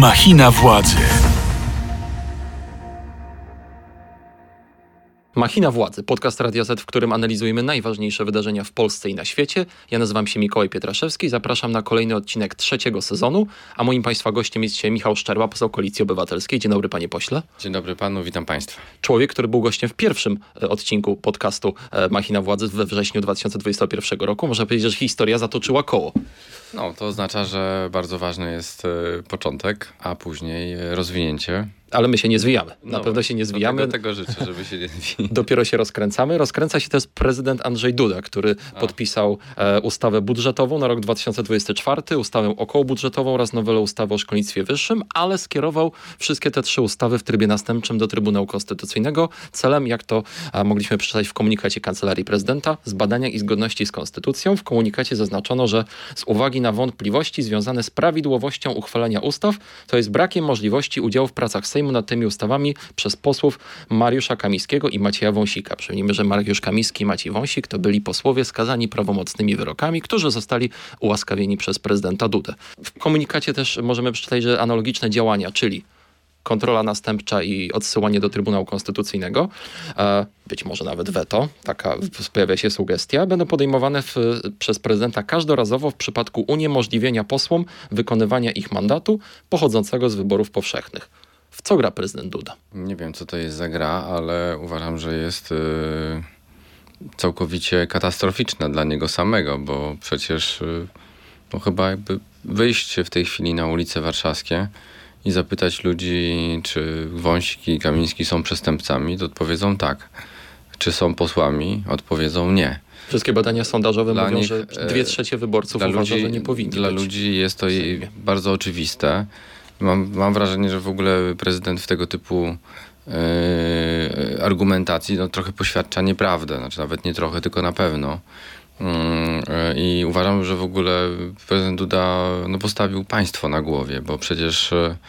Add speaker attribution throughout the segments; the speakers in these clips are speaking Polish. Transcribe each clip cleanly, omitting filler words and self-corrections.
Speaker 1: Machina władzy.
Speaker 2: Machina władzy, podcast Radia Z, w którym analizujemy najważniejsze wydarzenia w Polsce i na świecie. Ja nazywam się Mikołaj Pietraszewski, zapraszam na kolejny odcinek 3. sezonu, a moim Państwa gościem jest dzisiaj Michał Szczerba, poseł Koalicji Obywatelskiej. Dzień dobry, panie pośle.
Speaker 3: Dzień dobry panu, witam państwa.
Speaker 2: Człowiek, który był gościem w pierwszym odcinku podcastu Machina władzy we wrześniu 2021 roku. Można powiedzieć, że historia zatoczyła koło.
Speaker 3: No, to oznacza, że bardzo ważny jest początek, a później rozwinięcie.
Speaker 2: Ale my się nie zwijamy. Na pewno się nie zwijamy.
Speaker 3: Tego życzę, żeby się nie zwijać.
Speaker 2: Dopiero się rozkręcamy. Rozkręca się też prezydent Andrzej Duda, który podpisał ustawę budżetową na rok 2024, ustawę okołobudżetową oraz nowelę ustawy o szkolnictwie wyższym, ale skierował wszystkie te trzy ustawy w trybie następczym do Trybunału Konstytucyjnego celem, jak to mogliśmy przeczytać w komunikacie Kancelarii Prezydenta, zbadania i zgodności z Konstytucją. W komunikacie zaznaczono, że z uwagi na wątpliwości związane z prawidłowością uchwalenia ustaw, to jest brakiem możliwości udziału w pracach Sejmu nad tymi ustawami przez posłów Mariusza Kamińskiego i Macieja Wąsika. Przypomnijmy, że Mariusz Kamiński i Maciej Wąsik to byli posłowie skazani prawomocnymi wyrokami, którzy zostali ułaskawieni przez prezydenta Dudę. W komunikacie też możemy przeczytać, że analogiczne działania, czyli kontrola następcza i odsyłanie do Trybunału Konstytucyjnego, być może nawet weto, taka pojawia się sugestia, będą podejmowane przez prezydenta każdorazowo w przypadku uniemożliwienia posłom wykonywania ich mandatu pochodzącego z wyborów powszechnych. W co gra prezydent Duda?
Speaker 3: Nie wiem, co to jest za gra, ale uważam, że jest całkowicie katastroficzna dla niego samego, bo przecież chyba jakby wyjść w tej chwili na ulice warszawskie i zapytać ludzi, czy Wąsik i Kamiński są przestępcami, to odpowiedzą tak. Czy są posłami? Odpowiedzą nie.
Speaker 2: Wszystkie badania sondażowe mówią, że 2/3 wyborców uważa, że nie powinni
Speaker 3: Dla ludzi jest to bardzo oczywiste. Mam wrażenie, że w ogóle prezydent w tego typu argumentacji trochę poświadcza nieprawdę. Znaczy nawet nie trochę, tylko na pewno. I uważam, że w ogóle prezydent Duda postawił państwo na głowie, bo przecież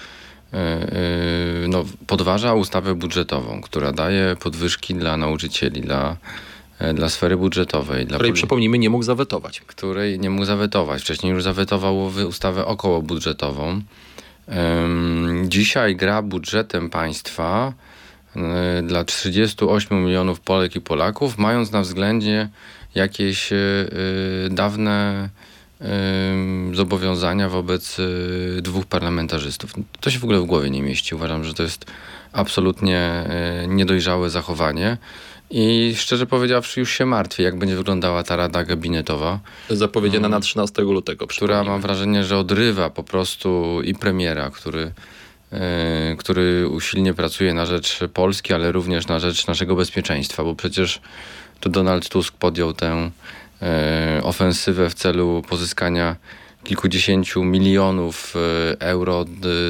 Speaker 3: podważa ustawę budżetową, która daje podwyżki dla nauczycieli, dla sfery budżetowej.
Speaker 2: Której, przypomnijmy, nie mógł zawetować.
Speaker 3: Której nie mógł zawetować. Wcześniej już zawetował ustawę okołobudżetową. Dzisiaj gra budżetem państwa dla 38 milionów Polek i Polaków, mając na względzie jakieś dawne zobowiązania wobec 2 parlamentarzystów. To się w ogóle w głowie nie mieści. Uważam, że to jest absolutnie niedojrzałe zachowanie. I szczerze powiedziawszy, już się martwię, jak będzie wyglądała ta rada gabinetowa.
Speaker 2: Zapowiedziana na 13 lutego.
Speaker 3: Która mam wrażenie, że odrywa po prostu i premiera, który usilnie pracuje na rzecz Polski, ale również na rzecz naszego bezpieczeństwa, bo przecież to Donald Tusk podjął tę ofensywę w celu pozyskania kilkudziesięciu milionów euro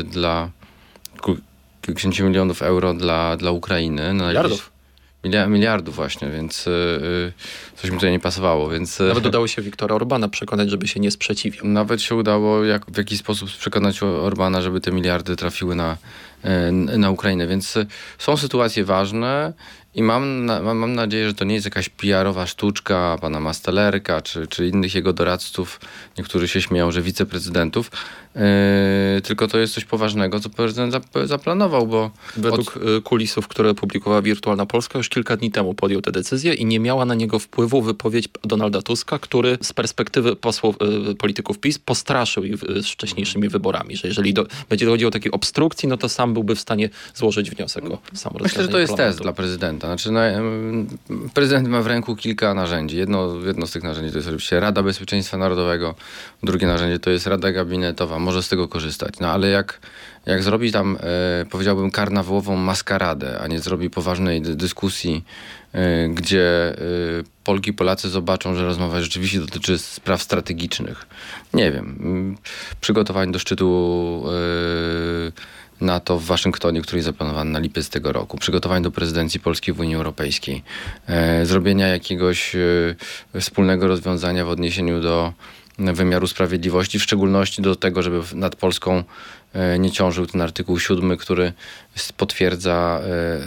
Speaker 3: dla Ukrainy.
Speaker 2: Miliardów.
Speaker 3: Miliardów właśnie, więc coś mi tutaj nie pasowało. Więc,
Speaker 2: nawet udało się Viktora Orbana przekonać, żeby się nie sprzeciwiał.
Speaker 3: Nawet się udało w jakiś sposób przekonać Orbana, żeby te miliardy trafiły na Ukrainę. Więc są sytuacje ważne i mam nadzieję, że to nie jest jakaś PR-owa sztuczka pana Mastalerka czy innych jego doradców. Niektórzy się śmieją, że wiceprezydentów. Tylko to jest coś poważnego, co prezydent zaplanował, bo...
Speaker 2: Według kulisów, które publikowała Wirtualna Polska, już kilka dni temu podjął tę decyzję i nie miała na niego wpływu wypowiedź Donalda Tuska, który z perspektywy polityków PiS postraszył ich z wcześniejszymi wyborami, że jeżeli będzie dochodziło do takiej obstrukcji, to sam byłby w stanie złożyć wniosek o samorozwiązanie.
Speaker 3: Myślę, że to jest test dla prezydenta. Znaczy, prezydent ma w ręku kilka narzędzi. Jedno z tych narzędzi to jest oczywiście Rada Bezpieczeństwa Narodowego, drugie narzędzie to jest Rada Gabinetowa. Może z tego korzystać. Ale jak zrobi tam, powiedziałbym, karnawałową maskaradę, a nie zrobi poważnej dyskusji, gdzie Polki i Polacy zobaczą, że rozmowa rzeczywiście dotyczy spraw strategicznych. Nie wiem. Przygotowań do szczytu NATO w Waszyngtonie, który jest zaplanowany na lipiec tego roku. Przygotowań do prezydencji Polski w Unii Europejskiej. Zrobienia jakiegoś wspólnego rozwiązania w odniesieniu do wymiaru sprawiedliwości, w szczególności do tego, żeby nad Polską nie ciążył ten artykuł 7, który potwierdza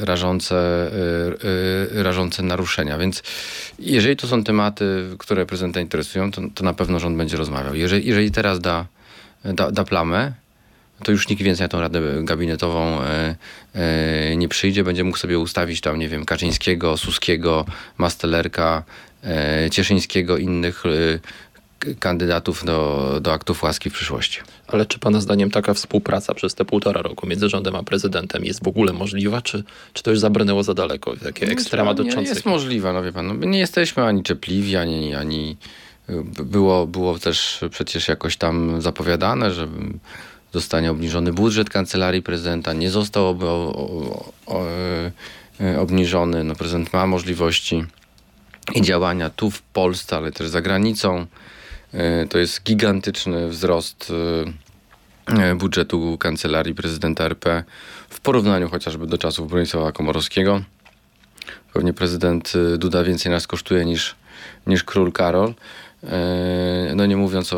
Speaker 3: rażące naruszenia. Więc jeżeli to są tematy, które prezydenta interesują, to na pewno rząd będzie rozmawiał. Jeżeli teraz da plamę, to już nikt więcej na tą radę gabinetową nie przyjdzie. Będzie mógł sobie ustawić tam, nie wiem, Kaczyńskiego, Suskiego, Mastelerka, Cieszyńskiego, innych kandydatów do aktów łaski w przyszłości.
Speaker 2: Ale czy pana zdaniem taka współpraca przez te 1,5 roku między rządem a prezydentem jest w ogóle możliwa, czy to już zabrnęło za daleko? Takie ekstrema dotyczące...
Speaker 3: Nie jest możliwa, no wie pan. No, my nie jesteśmy ani czepliwi, ani było też przecież jakoś tam zapowiadane, że zostanie obniżony budżet Kancelarii Prezydenta. Nie został obniżony. No, prezydent ma możliwości i działania tu w Polsce, ale też za granicą. To jest gigantyczny wzrost budżetu Kancelarii Prezydenta RP w porównaniu chociażby do czasów Bronisława Komorowskiego. Pewnie prezydent Duda więcej nas kosztuje niż król Karol. No nie mówiąc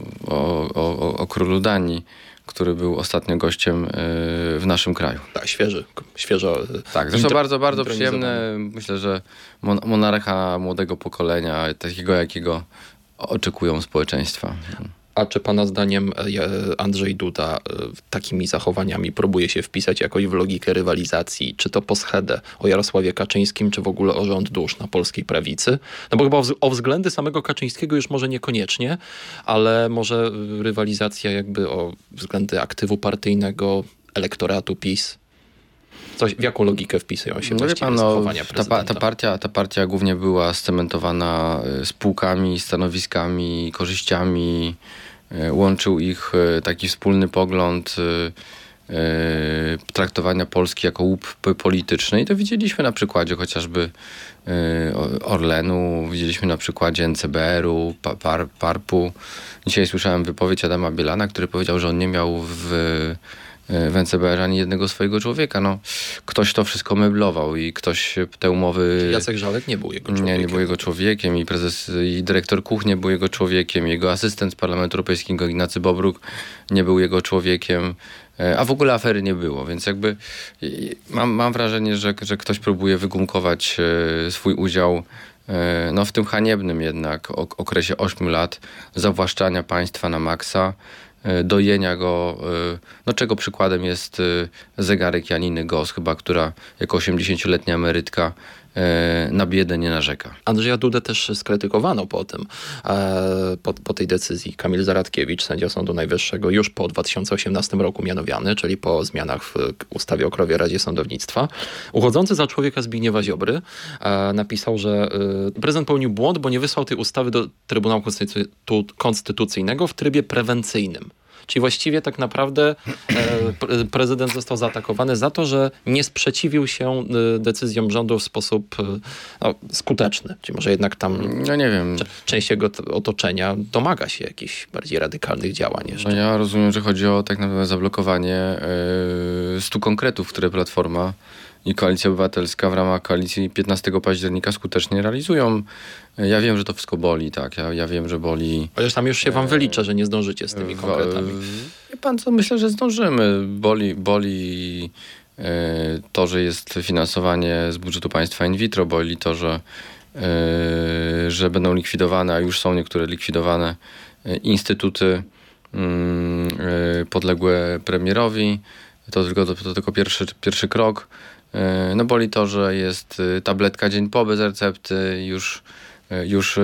Speaker 3: o królu Danii, który był ostatnio gościem w naszym kraju.
Speaker 2: Tak, świeżo.
Speaker 3: Tak, zresztą bardzo przyjemne. Myślę, że monarcha młodego pokolenia, takiego jakiego oczekują społeczeństwa.
Speaker 2: A czy pana zdaniem Andrzej Duda takimi zachowaniami próbuje się wpisać jakoś w logikę rywalizacji, czy to po schedę o Jarosławie Kaczyńskim, czy w ogóle o rząd dusz na polskiej prawicy? No bo chyba o względy samego Kaczyńskiego już może niekoniecznie, ale może rywalizacja jakby o względy aktywu partyjnego, elektoratu PiS? W jaką logikę wpisują się właściwie zachowania prezydenta?
Speaker 3: Ta partia głównie była scementowana spółkami, stanowiskami, korzyściami. Łączył ich taki wspólny pogląd traktowania Polski jako łup polityczny. I to widzieliśmy na przykładzie chociażby Orlenu, widzieliśmy na przykładzie NCBR-u, PARP-u. Dzisiaj słyszałem wypowiedź Adama Bielana, który powiedział, że on nie miał w NCBR ani jednego swojego człowieka. No, ktoś to wszystko meblował i ktoś te umowy...
Speaker 2: Jacek Żalek nie był jego człowiekiem.
Speaker 3: Nie był jego człowiekiem i dyrektor Kuch nie był jego człowiekiem. Jego asystent z Parlamentu Europejskiego Ignacy Bobruk nie był jego człowiekiem. A w ogóle afery nie było, więc jakby mam wrażenie, że ktoś próbuje wygumkować swój udział w tym haniebnym jednak okresie 8 lat zawłaszczania państwa na maksa, dojenia go, czego przykładem jest zegarek Janiny Gos, chyba, która jako 80-letnia emerytka na biedę nie narzeka.
Speaker 2: Andrzeja Dudę też skrytykowano po tym, po tej decyzji. Kamil Zaradkiewicz, sędzia Sądu Najwyższego, już po 2018 roku mianowany, czyli po zmianach w ustawie o Krajowej Radzie Sądownictwa. Uchodzący za człowieka Zbigniewa Ziobry napisał, że prezydent popełnił błąd, bo nie wysłał tej ustawy do Trybunału Konstytucyjnego w trybie prewencyjnym. Czyli właściwie tak naprawdę prezydent został zaatakowany za to, że nie sprzeciwił się decyzjom rządu w sposób skuteczny. Czyli może jednak tam
Speaker 3: nie wiem.
Speaker 2: Część jego otoczenia domaga się jakichś bardziej radykalnych działań jeszcze.
Speaker 3: No ja rozumiem, że chodzi o tak naprawdę zablokowanie 100 konkretów, które Platforma i Koalicja Obywatelska w ramach koalicji 15 października skutecznie realizują. Ja wiem, że to wszystko boli, tak. Ja wiem, że boli...
Speaker 2: Chociaż tam już się wam wylicza, że nie zdążycie z tymi konkretami.
Speaker 3: Wie pan co, myślę, że zdążymy. Boli to, że jest finansowanie z budżetu państwa in vitro, boli to, że będą likwidowane, a już są niektóre likwidowane instytuty podległe premierowi. To tylko pierwszy krok. No boli to, że jest tabletka dzień po bez recepty. Już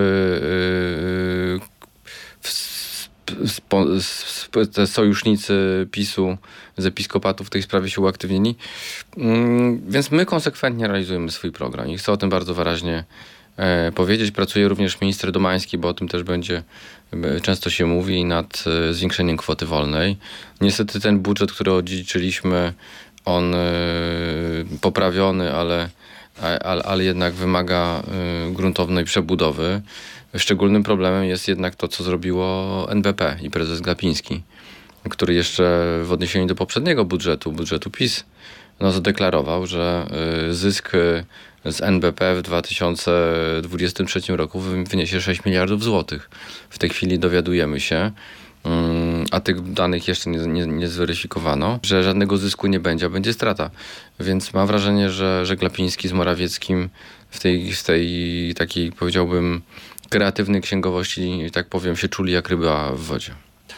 Speaker 3: te sojusznicy PiS-u z episkopatów w tej sprawie się uaktywnili. Więc my konsekwentnie realizujemy swój program i chcę o tym bardzo wyraźnie powiedzieć. Pracuje również minister Domański, bo o tym też często się mówi, nad zwiększeniem kwoty wolnej. Niestety ten budżet, który odziedziczyliśmy, on poprawiony, ale jednak wymaga gruntownej przebudowy. Szczególnym problemem jest jednak to, co zrobiło NBP i prezes Glapiński, który jeszcze w odniesieniu do poprzedniego budżetu PiS, zadeklarował, że zysk z NBP w 2023 roku wyniesie 6 miliardów złotych. W tej chwili dowiadujemy się, a tych danych jeszcze nie zweryfikowano, że żadnego zysku nie będzie, a będzie strata. Więc mam wrażenie, że Glapiński z Morawieckim w tej takiej, powiedziałbym, kreatywnej księgowości, tak powiem, się czuli jak ryba w wodzie.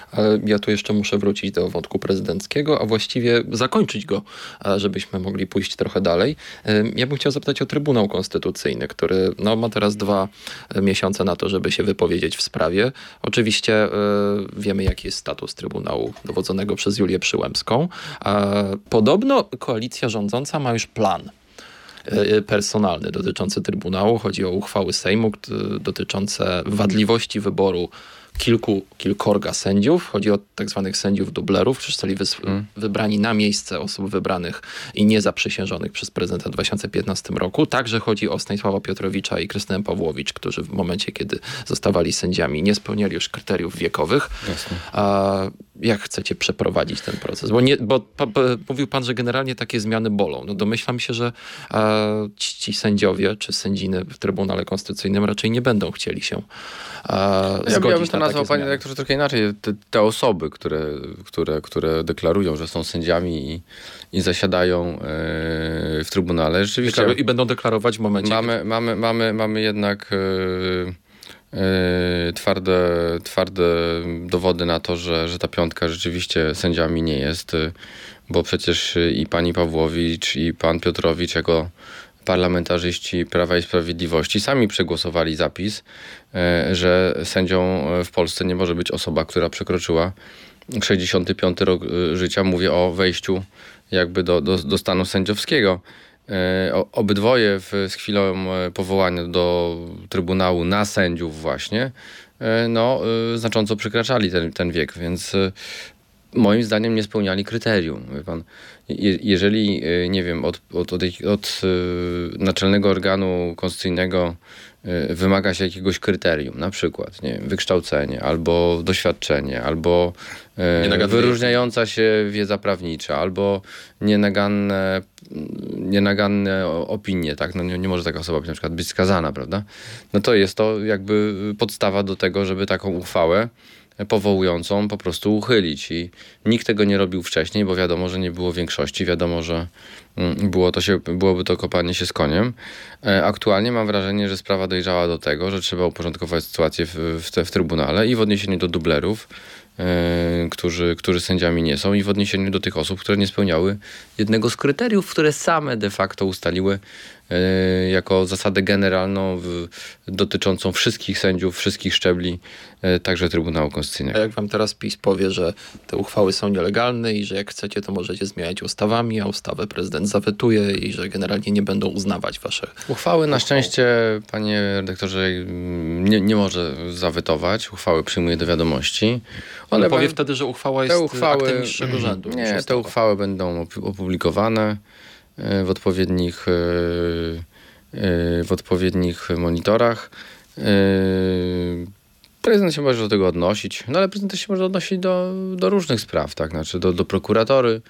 Speaker 2: Ale ja tu jeszcze muszę wrócić do wątku prezydenckiego, a właściwie zakończyć go, żebyśmy mogli pójść trochę dalej. Ja bym chciał zapytać o Trybunał Konstytucyjny, który ma teraz 2 miesiące na to, żeby się wypowiedzieć w sprawie. Oczywiście wiemy, jaki jest status Trybunału dowodzonego przez Julię Przyłębską. Podobno koalicja rządząca ma już plan personalny dotyczący Trybunału. Chodzi o uchwały Sejmu dotyczące wadliwości wyboru kilkorga sędziów. Chodzi o tak zwanych sędziów dublerów, którzy zostali wybrani na miejsce osób wybranych i niezaprzysiężonych przez prezydenta w 2015 roku. Także chodzi o Stanisława Piotrowicza i Krystynę Pawłowicz, którzy w momencie, kiedy zostawali sędziami, nie spełniali już kryteriów wiekowych. Jak chcecie przeprowadzić ten proces? Bo mówił pan, że generalnie takie zmiany bolą. Domyślam się, że ci sędziowie czy sędziny w Trybunale Konstytucyjnym raczej nie będą chcieli się zgodzić
Speaker 3: ja bym to
Speaker 2: na
Speaker 3: nazwał,
Speaker 2: takie
Speaker 3: panie
Speaker 2: zmiany.
Speaker 3: redaktorze, trochę inaczej. Te osoby, które deklarują, że są sędziami i zasiadają w Trybunale, rzeczywiście...
Speaker 2: I będą deklarować w momencie...
Speaker 3: Mamy jednak twarde dowody na to, że ta piątka rzeczywiście sędziami nie jest, bo przecież i pani Pawłowicz, i pan Piotrowicz jako parlamentarzyści Prawa i Sprawiedliwości sami przegłosowali zapis, że sędzią w Polsce nie może być osoba, która przekroczyła 65 rok życia. Mówię o wejściu jakby do stanu sędziowskiego. Obydwoje z chwilą powołania do Trybunału na sędziów właśnie, znacząco przekraczali ten wiek, więc moim zdaniem nie spełniali kryterium. Wie pan, jeżeli, nie wiem, od naczelnego organu konstytucyjnego wymaga się jakiegoś kryterium, na przykład, nie wiem, wykształcenie, albo doświadczenie, albo wyróżniająca się wiedza prawnicza, albo nienaganne opinie, tak? Nie może taka osoba na przykład być skazana, prawda? To jest to jakby podstawa do tego, żeby taką uchwałę powołującą po prostu uchylić. I nikt tego nie robił wcześniej, bo wiadomo, że nie było większości. Wiadomo, że byłoby to kopanie się z koniem. Aktualnie mam wrażenie, że sprawa dojrzała do tego, że trzeba uporządkować sytuację w Trybunale i w odniesieniu do dublerów, którzy sędziami nie są, i w odniesieniu do tych osób, które nie spełniały jednego z kryteriów, które same de facto ustaliły jako zasadę generalną dotyczącą wszystkich sędziów, wszystkich szczebli, także Trybunału Konstytucyjnego.
Speaker 2: A jak wam teraz PiS powie, że te uchwały są nielegalne i że jak chcecie, to możecie zmieniać ustawami, a ustawę prezydent zawetuje i że generalnie nie będą uznawać waszych
Speaker 3: uchwały? Na szczęście, panie redaktorze, nie może zawetować. Uchwały przyjmuje do wiadomości.
Speaker 2: On powie wtedy, że uchwała jest aktem niższego rzędu.
Speaker 3: Nie, te uchwały będą opublikowane w odpowiednich monitorach. Prezydent się może do tego odnosić, ale prezydent też się może odnosić do różnych spraw, tak? Znaczy do prokuratury.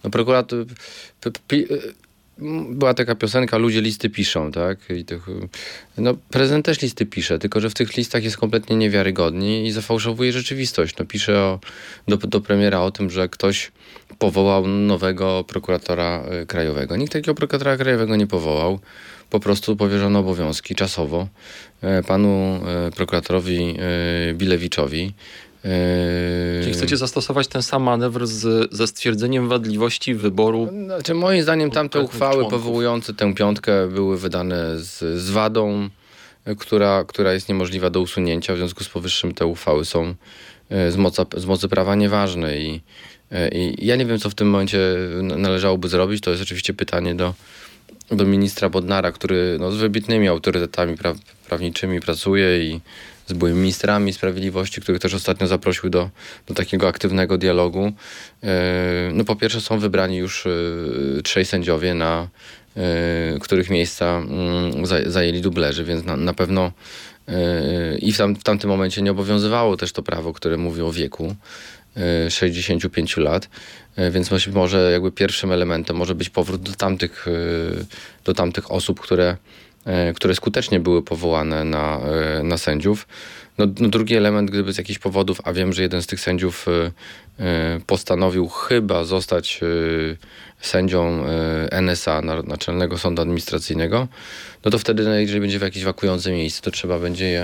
Speaker 3: Była taka piosenka, ludzie listy piszą, tak? Prezydent też listy pisze, tylko że w tych listach jest kompletnie niewiarygodny i zafałszowuje rzeczywistość. Pisze do premiera o tym, że ktoś powołał nowego prokuratora krajowego. Nikt takiego prokuratora krajowego nie powołał. Po prostu powierzono obowiązki czasowo panu prokuratorowi Bilewiczowi.
Speaker 2: Czyli chcecie zastosować ten sam manewr ze stwierdzeniem wadliwości wyboru?
Speaker 3: Znaczy, moim zdaniem tamte uchwały powołujące tę piątkę były wydane z wadą, która jest niemożliwa do usunięcia. W związku z powyższym te uchwały są z mocy prawa nieważne. I ja nie wiem, co w tym momencie należałoby zrobić. To jest oczywiście pytanie do ministra Bodnara, który z wybitnymi autorytetami prawniczymi pracuje i z byłymi ministrami sprawiedliwości, których też ostatnio zaprosił do takiego aktywnego dialogu. Po pierwsze są wybrani już 3 sędziowie, których miejsca zajęli dublerzy, więc na pewno i w tamtym momencie nie obowiązywało też to prawo, które mówi o wieku 65 lat, więc może jakby pierwszym elementem może być powrót do tamtych osób, które skutecznie były powołane na sędziów. Drugi element, gdyby z jakichś powodów, a wiem, że jeden z tych sędziów postanowił chyba zostać sędzią NSA, Naczelnego Sądu Administracyjnego, to wtedy, jeżeli będzie w jakieś wakujące miejsce, to trzeba będzie je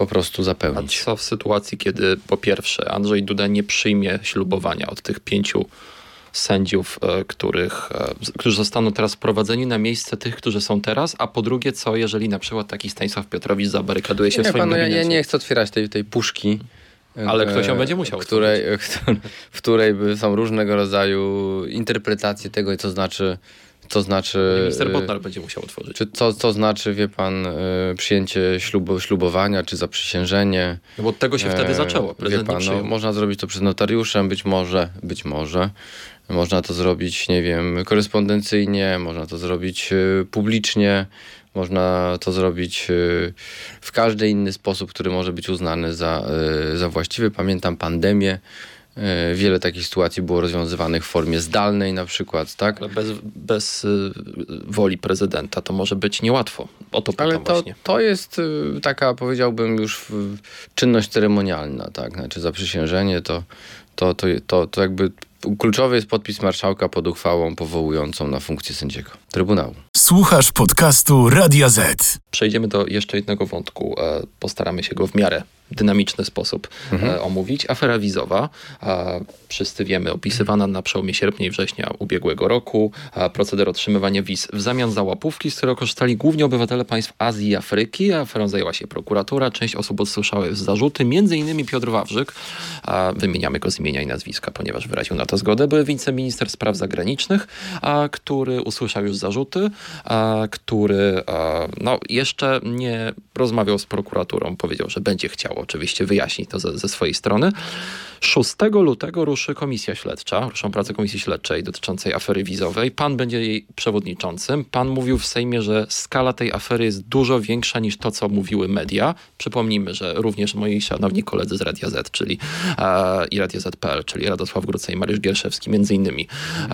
Speaker 3: po prostu
Speaker 2: A
Speaker 3: zapełnić.
Speaker 2: co w sytuacji, kiedy po pierwsze Andrzej Duda nie przyjmie ślubowania od tych 5 sędziów, którzy zostaną teraz wprowadzeni na miejsce tych, którzy są teraz, a po drugie, co jeżeli na przykład taki Stanisław Piotrowicz zabarykaduje się w swoim gabinecie?
Speaker 3: Ja nie chcę otwierać tej puszki.
Speaker 2: Ale ktoś ją będzie musiał
Speaker 3: w której są różnego rodzaju interpretacje tego, co znaczy
Speaker 2: Minister Bodnar będzie musiał otworzyć.
Speaker 3: Czy co znaczy, wie pan, przyjęcie ślubowania, czy zaprzysiężenie.
Speaker 2: No bo od tego się wtedy zaczęło.
Speaker 3: Wie pan, można zrobić to przed notariuszem, być może. Można to zrobić, nie wiem, korespondencyjnie, można to zrobić publicznie, można to zrobić w każdy inny sposób, który może być uznany za właściwy. Pamiętam pandemię. Wiele takich sytuacji było rozwiązywanych w formie zdalnej na przykład, tak?
Speaker 2: Ale bez woli prezydenta to może być niełatwo. O to pytam właśnie.
Speaker 3: To jest taka, powiedziałbym, już czynność ceremonialna, tak? Znaczy zaprzysiężenie to jakby kluczowy jest podpis marszałka pod uchwałą powołującą na funkcję sędziego Trybunału.
Speaker 1: Słuchasz podcastu Radia Z.
Speaker 2: Przejdziemy do jeszcze jednego wątku. Postaramy się go w miarę dynamiczny sposób omówić. Afera wizowa, wszyscy wiemy, opisywana na przełomie sierpnia i września ubiegłego roku. Proceder otrzymywania wiz w zamian za łapówki, z którego korzystali głównie obywatele państw Azji i Afryki. Aferą zajęła się prokuratura. Część osób usłyszały zarzuty, m.in. Piotr Wawrzyk. Wymieniamy go z imienia i nazwiska, ponieważ wyraził na to zgodę. Były wiceminister spraw zagranicznych, który usłyszał już zarzuty, który jeszcze nie rozmawiał z prokuraturą. Powiedział, że będzie chciał oczywiście wyjaśnić to ze swojej strony. 6 lutego ruszą prace komisji śledczej dotyczącej afery wizowej. Pan będzie jej przewodniczącym. Pan mówił w Sejmie, że skala tej afery jest dużo większa niż to, co mówiły media. Przypomnijmy, że również moi szanowni koledzy z Radia Z, czyli i Radia Z.pl, czyli Radosław Gruca i Mariusz Gierszewski, między innymi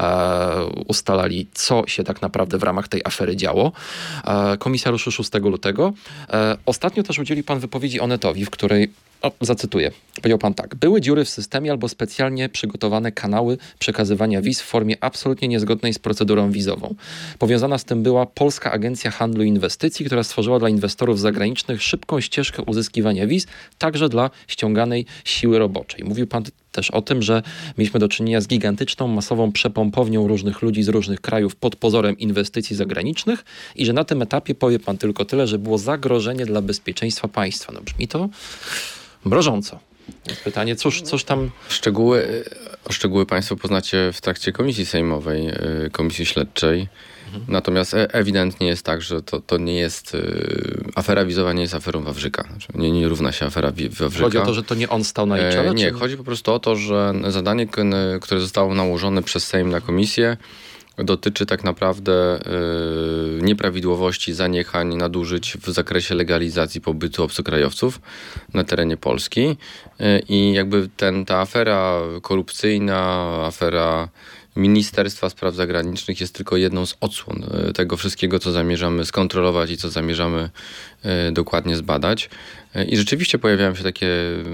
Speaker 2: ustalali, co się tak naprawdę w ramach tej afery działo. Komisja ruszy 6 lutego. Ostatnio też udzielił pan wypowiedzi Onetowi, w której zacytuję. Powiedział pan tak. Były dziury w systemie albo specjalnie przygotowane kanały przekazywania wiz w formie absolutnie niezgodnej z procedurą wizową. Powiązana z tym była Polska Agencja Handlu i Inwestycji, która stworzyła dla inwestorów zagranicznych szybką ścieżkę uzyskiwania wiz, także dla ściąganej siły roboczej. Mówił pan też o tym, że mieliśmy do czynienia z gigantyczną, masową przepompownią różnych ludzi z różnych krajów pod pozorem inwestycji zagranicznych i że na tym etapie powie pan tylko tyle, że było zagrożenie dla bezpieczeństwa państwa. No brzmi to mrożąco. Pytanie, cóż tam...
Speaker 3: Szczegóły państwo poznacie w trakcie komisji sejmowej, komisji śledczej. Natomiast ewidentnie jest tak, że to nie jest... afera wizowa nie jest aferą Wawrzyka. Znaczy, nie równa się afera Wawrzyka.
Speaker 2: Chodzi o to, że to nie on stał na jej czele?
Speaker 3: Nie, chodzi po prostu o to, że zadanie, które zostało nałożone przez Sejm na komisję, dotyczy tak naprawdę nieprawidłowości, zaniechań, nadużyć w zakresie legalizacji pobytu obcokrajowców na terenie Polski. I jakby ta afera korupcyjna, afera Ministerstwa Spraw Zagranicznych jest tylko jedną z odsłon tego wszystkiego, co zamierzamy skontrolować i co zamierzamy dokładnie zbadać. I rzeczywiście pojawiają się takie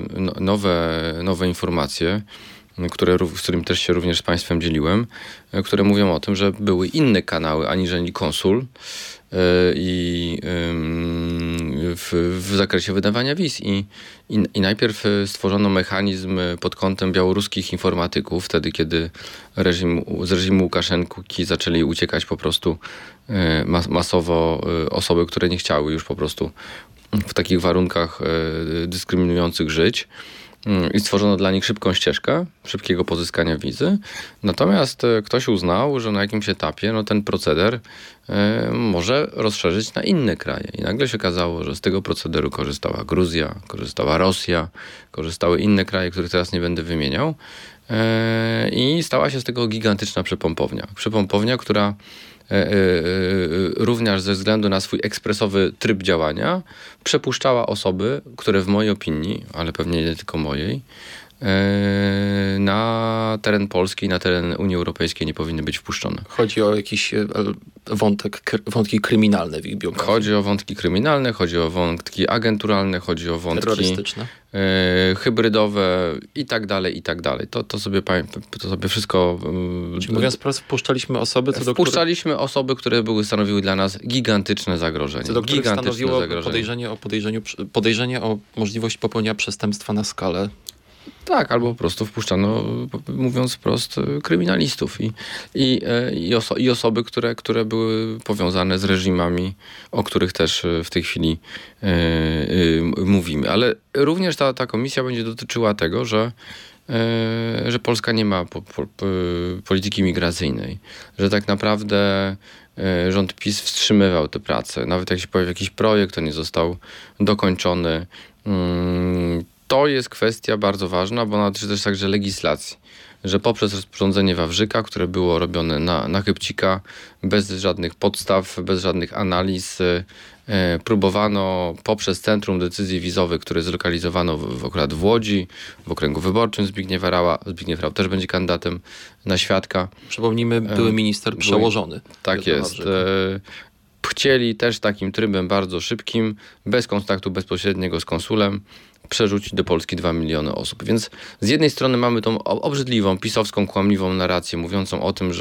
Speaker 3: nowe informacje, z którym też się również z państwem dzieliłem, które mówią o tym, że były inne kanały aniżeli konsul w zakresie wydawania wiz. I najpierw stworzono mechanizm pod kątem białoruskich informatyków, wtedy kiedy z reżimu Łukaszenki zaczęli uciekać po prostu masowo osoby, które nie chciały już po prostu w takich warunkach dyskryminujących żyć. I stworzono dla nich szybką ścieżkę szybkiego pozyskania wizy. Natomiast ktoś uznał, że na jakimś etapie ten proceder może rozszerzyć na inne kraje. I nagle się okazało, że z tego procederu korzystała Gruzja, korzystała Rosja, korzystały inne kraje, których teraz nie będę wymieniał. I stała się z tego gigantyczna przepompownia. Przepompownia, która również ze względu na swój ekspresowy tryb działania przepuszczała osoby, które w mojej opinii, ale pewnie nie tylko mojej, na teren Polski, na teren Unii Europejskiej nie powinny być wpuszczone.
Speaker 2: Chodzi o jakiś wątki kryminalne w ich biografii.
Speaker 3: Chodzi o wątki kryminalne, chodzi o wątki agenturalne, chodzi o wątki
Speaker 2: terrorystyczne,
Speaker 3: hybrydowe i tak dalej, i tak dalej. To sobie wszystko...
Speaker 2: Czyli mówiąc wprost, wpuszczaliśmy osoby,
Speaker 3: osoby, które stanowiły dla nas gigantyczne zagrożenie.
Speaker 2: Co do których stanowiło podejrzenie o możliwość popełnienia przestępstwa na skalę.
Speaker 3: Tak, albo po prostu wpuszczano, mówiąc wprost, kryminalistów i osoby, które były powiązane z reżimami, o których też w tej chwili mówimy. Ale również ta komisja będzie dotyczyła tego, że Polska nie ma polityki migracyjnej, że tak naprawdę rząd PiS wstrzymywał tę pracę. Nawet jak się pojawił jakiś projekt, to nie został dokończony. To jest kwestia bardzo ważna, bo ona dotyczy też także legislacji, że poprzez rozporządzenie Wawrzyka, które było robione na chybcika, bez żadnych podstaw, bez żadnych analiz, próbowano poprzez Centrum Decyzji Wizowych, które zlokalizowano akurat w Łodzi, w okręgu wyborczym Zbigniew Rau też będzie kandydatem na świadka.
Speaker 2: Przypomnijmy, były minister przełożony.
Speaker 3: Tak jest. Chcieli też takim trybem bardzo szybkim, bez kontaktu bezpośredniego z konsulem, przerzucić do Polski 2 miliony osób. Więc z jednej strony mamy tą obrzydliwą, pisowską, kłamliwą narrację mówiącą o tym,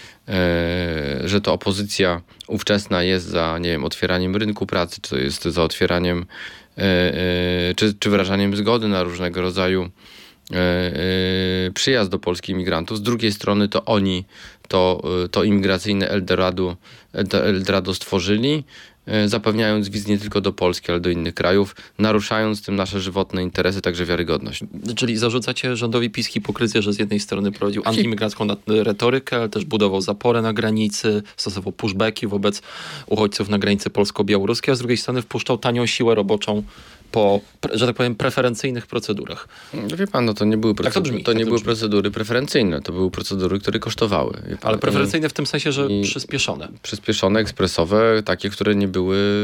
Speaker 3: że to opozycja ówczesna jest za, nie wiem, otwieraniem rynku pracy, czy to jest za otwieraniem, czy wyrażaniem zgody na różnego rodzaju przyjazd do Polski imigrantów. Z drugiej strony to oni to imigracyjne Eldorado stworzyli, zapewniając wiz nie tylko do Polski, ale do innych krajów, naruszając tym nasze żywotne interesy, także wiarygodność.
Speaker 2: Czyli zarzucacie rządowi PiS hipokryzję, że z jednej strony prowadził antyimigrancką retorykę, ale też budował zaporę na granicy, stosował pushbacki wobec uchodźców na granicy polsko-białoruskiej, a z drugiej strony wpuszczał tanią siłę roboczą po, że tak powiem, preferencyjnych procedurach.
Speaker 3: Wie pan, to nie były procedury preferencyjne, to były procedury, które kosztowały.
Speaker 2: Ale preferencyjne w tym sensie, że przyspieszone.
Speaker 3: Przyspieszone, ekspresowe, takie, które nie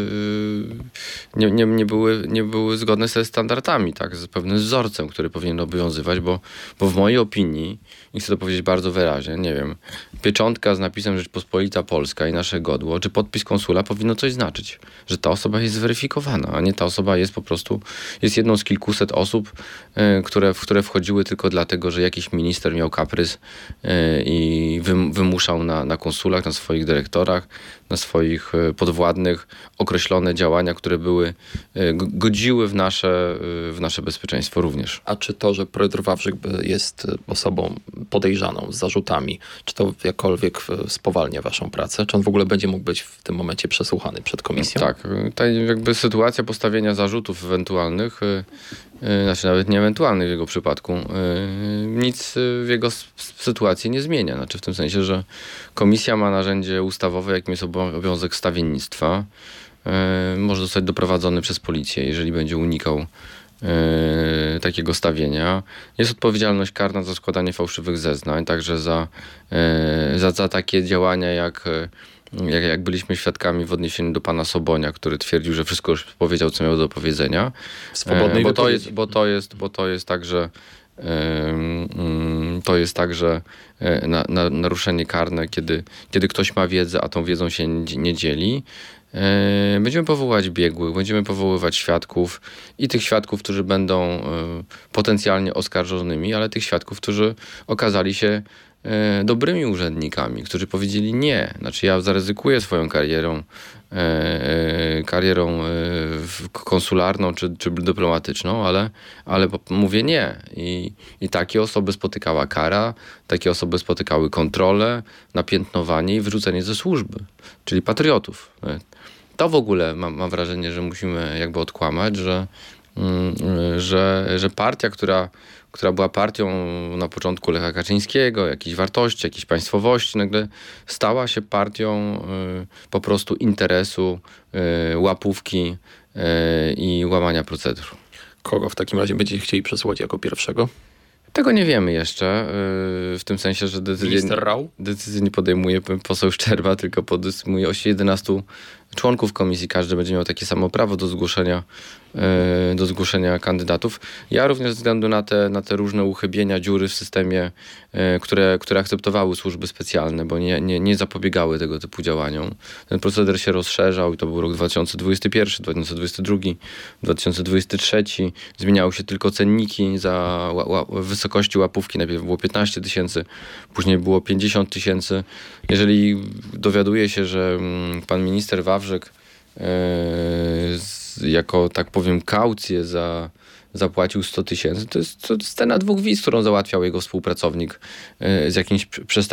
Speaker 3: były zgodne ze standardami, tak, z pewnym wzorcem, który powinien obowiązywać, bo w mojej opinii, i chcę to powiedzieć bardzo wyraźnie, nie wiem, pieczątka z napisem Rzeczpospolita Polska i nasze godło, czy podpis konsula powinno coś znaczyć, że ta osoba jest zweryfikowana, a nie ta osoba jest po prostu, jest jedną z kilkuset osób, w które wchodziły tylko dlatego, że jakiś minister miał kaprys i wymuszał na konsulach, na swoich dyrektorach, na swoich podwładnych określone działania, które godziły w nasze bezpieczeństwo również.
Speaker 2: A czy to, że Piotr Wawrzyk jest osobą podejrzaną z zarzutami, czy to jakkolwiek spowalnia waszą pracę? Czy on w ogóle będzie mógł być w tym momencie przesłuchany przed komisją?
Speaker 3: Tak. Ta jakby sytuacja postawienia zarzutów ewentualnych, znaczy nawet nie ewentualnych w jego przypadku, nic w jego sytuacji nie zmienia. Znaczy w tym sensie, że komisja ma narzędzie ustawowe, jakim jest obowiązek stawiennictwa. Może zostać doprowadzony przez policję, jeżeli będzie unikał takiego stawienia. Jest odpowiedzialność karna za składanie fałszywych zeznań, także za takie działania, jak byliśmy świadkami w odniesieniu do pana Sobonia, który twierdził, że wszystko już powiedział, co miał do powiedzenia.
Speaker 2: Swobodnej wypowiedzi.
Speaker 3: Bo to jest także naruszenie karne, kiedy ktoś ma wiedzę, a tą wiedzą się nie dzieli. Będziemy powoływać biegłych, będziemy powoływać świadków i tych świadków, którzy będą potencjalnie oskarżonymi, ale tych świadków, którzy okazali się dobrymi urzędnikami, którzy powiedzieli nie. Znaczy ja zaryzykuję swoją karierą konsularną czy dyplomatyczną, ale mówię nie. I takie osoby spotykała kara, takie osoby spotykały kontrolę, napiętnowanie i wyrzucenie ze służby, czyli patriotów. To w ogóle mam wrażenie, że musimy jakby odkłamać, że partia, która była partią na początku Lecha Kaczyńskiego, jakichś wartości, jakiejś państwowości, nagle stała się partią po prostu interesu, łapówki i łamania procedur.
Speaker 2: Kogo w takim razie będziecie chcieli przesłać jako pierwszego?
Speaker 3: Tego nie wiemy jeszcze, w tym sensie, że decyzję nie podejmuje poseł Szczerba, tylko podejmuje 11 członków komisji. Każdy będzie miał takie samo prawo do zgłoszenia do zgłoszenia kandydatów. Ja również ze względu na te różne uchybienia, dziury w systemie, które akceptowały służby specjalne, bo nie zapobiegały tego typu działaniom. Ten proceder się rozszerzał i to był rok 2021, 2022, 2023. Zmieniały się tylko cenniki za wysokości łapówki. Najpierw było 15 000, później było 50 000. Jeżeli dowiaduje się, że pan minister Wawrzyk jako, tak powiem, kaucję zapłacił 100 000, to jest cena 2 wiz, którą załatwiał jego współpracownik w jakimś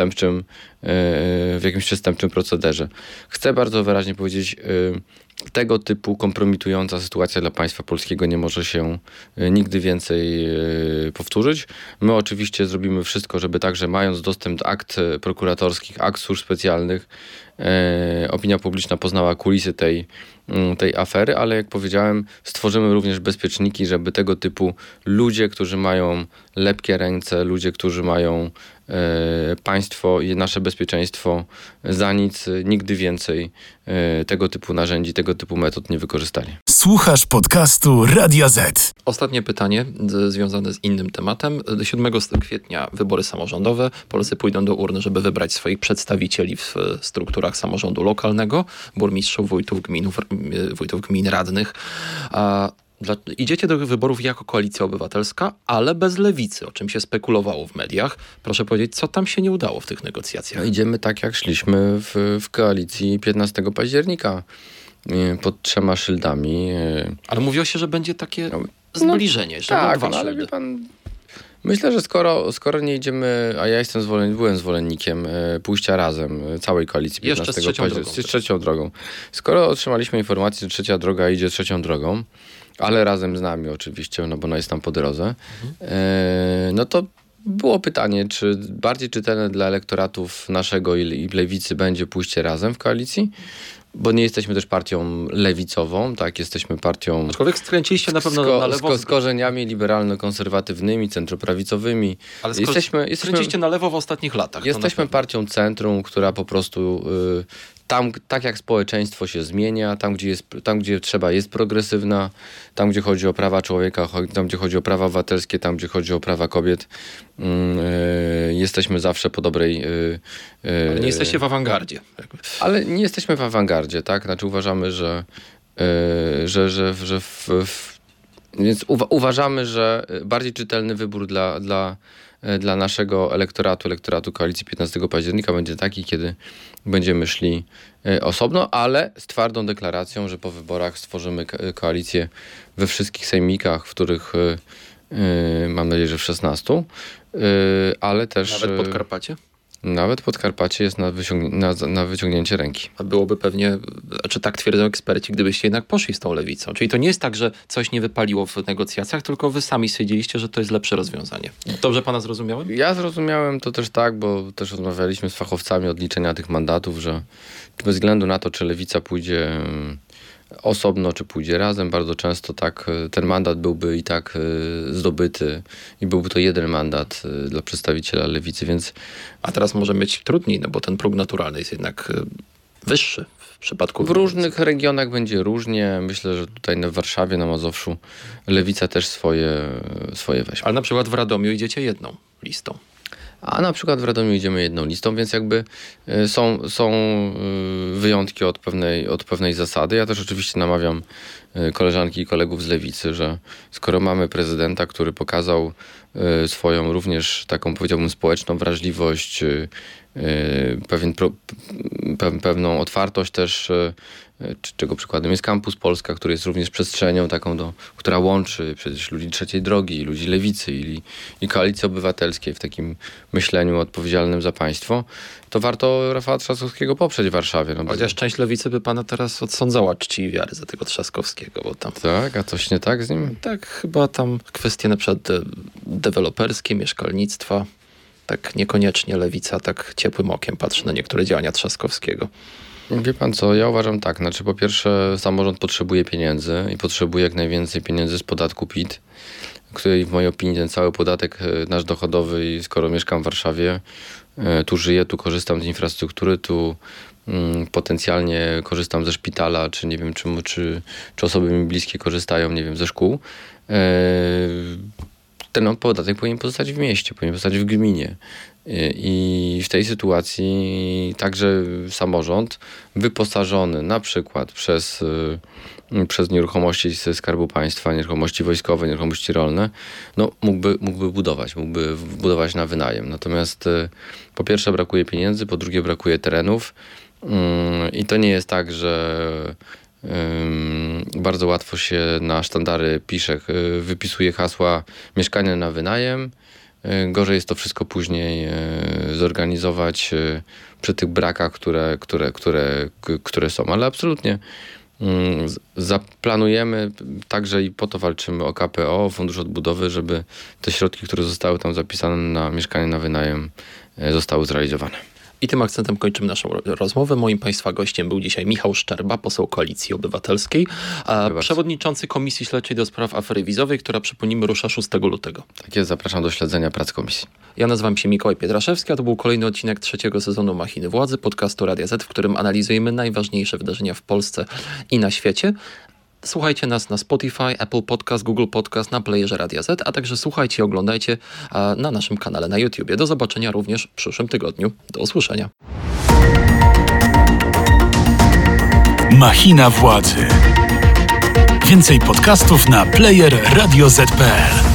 Speaker 3: przestępczym procederze. Chcę bardzo wyraźnie powiedzieć, tego typu kompromitująca sytuacja dla państwa polskiego nie może się nigdy więcej powtórzyć. My oczywiście zrobimy wszystko, żeby także, mając dostęp do akt prokuratorskich, akt służb specjalnych, opinia publiczna poznała kulisy tej afery, ale jak powiedziałem, stworzymy również bezpieczniki, żeby tego typu ludzie, którzy mają lepkie ręce, ludzie, którzy mają państwo i nasze bezpieczeństwo za nic, nigdy więcej tego typu narzędzi, tego typu metod nie wykorzystali.
Speaker 1: Słuchasz podcastu Radia Z.
Speaker 2: Ostatnie pytanie związane z innym tematem. 7 kwietnia wybory samorządowe. Polacy pójdą do urny, żeby wybrać swoich przedstawicieli w strukturach samorządu lokalnego, burmistrzów, wójtów gmin, radnych. Idziecie do wyborów jako Koalicja Obywatelska, ale bez Lewicy, o czym się spekulowało w mediach. Proszę powiedzieć, co tam się nie udało w tych negocjacjach?
Speaker 3: No, idziemy tak, jak szliśmy w koalicji 15 października pod 3 szyldami.
Speaker 2: Ale mówiło się, że będzie takie zbliżenie, że
Speaker 3: tak,
Speaker 2: 2
Speaker 3: ale
Speaker 2: szyldy.
Speaker 3: wie pan, myślę, że skoro nie idziemy, a ja byłem zwolennikiem pójścia razem całej koalicji 15 października z trzecią drogą. Skoro otrzymaliśmy informację, że trzecia droga idzie trzecią drogą, ale razem z nami oczywiście, no bo ona jest tam po drodze, no to było pytanie, czy bardziej czytelne dla elektoratów naszego i Lewicy będzie pójście razem w koalicji, bo nie jesteśmy też partią lewicową, tak, jesteśmy partią...
Speaker 2: Aczkolwiek skręciliście na pewno na lewo.
Speaker 3: Z korzeniami liberalno-konserwatywnymi, centroprawicowymi.
Speaker 2: Ale skręciliście na lewo w ostatnich latach.
Speaker 3: Jesteśmy partią centrum, która po prostu... Tam, tak jak społeczeństwo się zmienia, tam gdzie trzeba, jest progresywna, tam gdzie chodzi o prawa człowieka, tam gdzie chodzi o prawa obywatelskie, tam gdzie chodzi o prawa kobiet, jesteśmy zawsze po dobrej...
Speaker 2: Ale nie jesteście w awangardzie.
Speaker 3: Ale nie jesteśmy w awangardzie, tak? Znaczy uważamy, więc uważamy, że bardziej czytelny wybór dla naszego elektoratu Koalicji 15 października będzie taki, kiedy będziemy szli osobno, ale z twardą deklaracją, że po wyborach stworzymy koalicję we wszystkich sejmikach, w których mam nadzieję, że w 16, ale też...
Speaker 2: Nawet Podkarpacie?
Speaker 3: Nawet Podkarpacie jest na wyciągnięcie ręki.
Speaker 2: A byłoby pewnie, czy tak twierdzą eksperci, gdybyście jednak poszli z tą lewicą. Czyli to nie jest tak, że coś nie wypaliło w negocjacjach, tylko wy sami stwierdziliście, że to jest lepsze rozwiązanie. Dobrze pana zrozumiałem?
Speaker 3: Ja zrozumiałem to też tak, bo też rozmawialiśmy z fachowcami od liczenia tych mandatów, że bez względu na to, czy lewica pójdzie osobno, czy pójdzie razem, bardzo często tak ten mandat byłby i tak zdobyty i byłby to jeden mandat dla przedstawiciela lewicy, więc...
Speaker 2: A teraz może być trudniej, no bo ten próg naturalny jest jednak wyższy w przypadku...
Speaker 3: W różnych regionach będzie różnie. Myślę, że tutaj w Warszawie, na Mazowszu lewica też swoje weźmie.
Speaker 2: Ale na przykład w Radomiu idziecie jedną listą.
Speaker 3: A na przykład w Radomiu idziemy jedną listą, więc jakby są wyjątki od pewnej zasady. Ja też oczywiście namawiam koleżanki i kolegów z lewicy, że skoro mamy prezydenta, który pokazał swoją również taką, powiedziałbym, społeczną wrażliwość, pewną otwartość też, czego przykładem jest Campus Polska, który jest również przestrzenią taką, która łączy przecież ludzi trzeciej drogi, ludzi lewicy i Koalicji Obywatelskiej w takim myśleniu odpowiedzialnym za państwo, to warto Rafała Trzaskowskiego poprzeć w Warszawie. No
Speaker 2: chociaż część lewicy by pana teraz odsądzała czci i wiary za tego Trzaskowskiego, bo tam...
Speaker 3: Tak? A coś nie tak z nim?
Speaker 2: Tak, chyba tam kwestie na przykład deweloperskie, mieszkalnictwa, tak niekoniecznie lewica tak ciepłym okiem patrzy na niektóre działania Trzaskowskiego.
Speaker 3: Wie pan co, ja uważam tak, znaczy po pierwsze samorząd potrzebuje pieniędzy i potrzebuje jak najwięcej pieniędzy z podatku PIT, który w mojej opinii ten cały podatek nasz dochodowy, i skoro mieszkam w Warszawie, tu żyję, tu korzystam z infrastruktury, tu potencjalnie korzystam ze szpitala, czy nie wiem, czy osoby mi bliskie korzystają, nie wiem, ze szkół. Ten podatek powinien pozostać w mieście, powinien pozostać w gminie. I w tej sytuacji także samorząd wyposażony na przykład przez nieruchomości ze Skarbu Państwa, nieruchomości wojskowe, nieruchomości rolne, no mógłby budować na wynajem. Natomiast po pierwsze brakuje pieniędzy, po drugie brakuje terenów i to nie jest tak, że bardzo łatwo się na sztandary wypisuje hasła mieszkania na wynajem. Gorzej jest to wszystko później zorganizować przy tych brakach, które są. Ale absolutnie zaplanujemy także i po to walczymy o KPO, o Fundusz Odbudowy, żeby te środki, które zostały tam zapisane na mieszkanie na wynajem, zostały zrealizowane.
Speaker 2: I tym akcentem kończymy naszą rozmowę. Moim Państwa gościem był dzisiaj Michał Szczerba, poseł Koalicji Obywatelskiej, przewodniczący Komisji Śledczej do spraw afery wizowej, która, przypomnijmy, rusza 6 lutego.
Speaker 3: Tak jest, zapraszam do śledzenia prac komisji.
Speaker 2: Ja nazywam się Mikołaj Pietraszewski, a to był kolejny odcinek 3. sezonu Machiny Władzy, podcastu Radia Z, w którym analizujemy najważniejsze wydarzenia w Polsce i na świecie. Słuchajcie nas na Spotify, Apple Podcast, Google Podcast, na playerze Radia Z, a także słuchajcie i oglądajcie na naszym kanale na YouTubie. Do zobaczenia również w przyszłym tygodniu. Do usłyszenia.
Speaker 1: Machina Władzy. Więcej podcastów na player radioz.pl.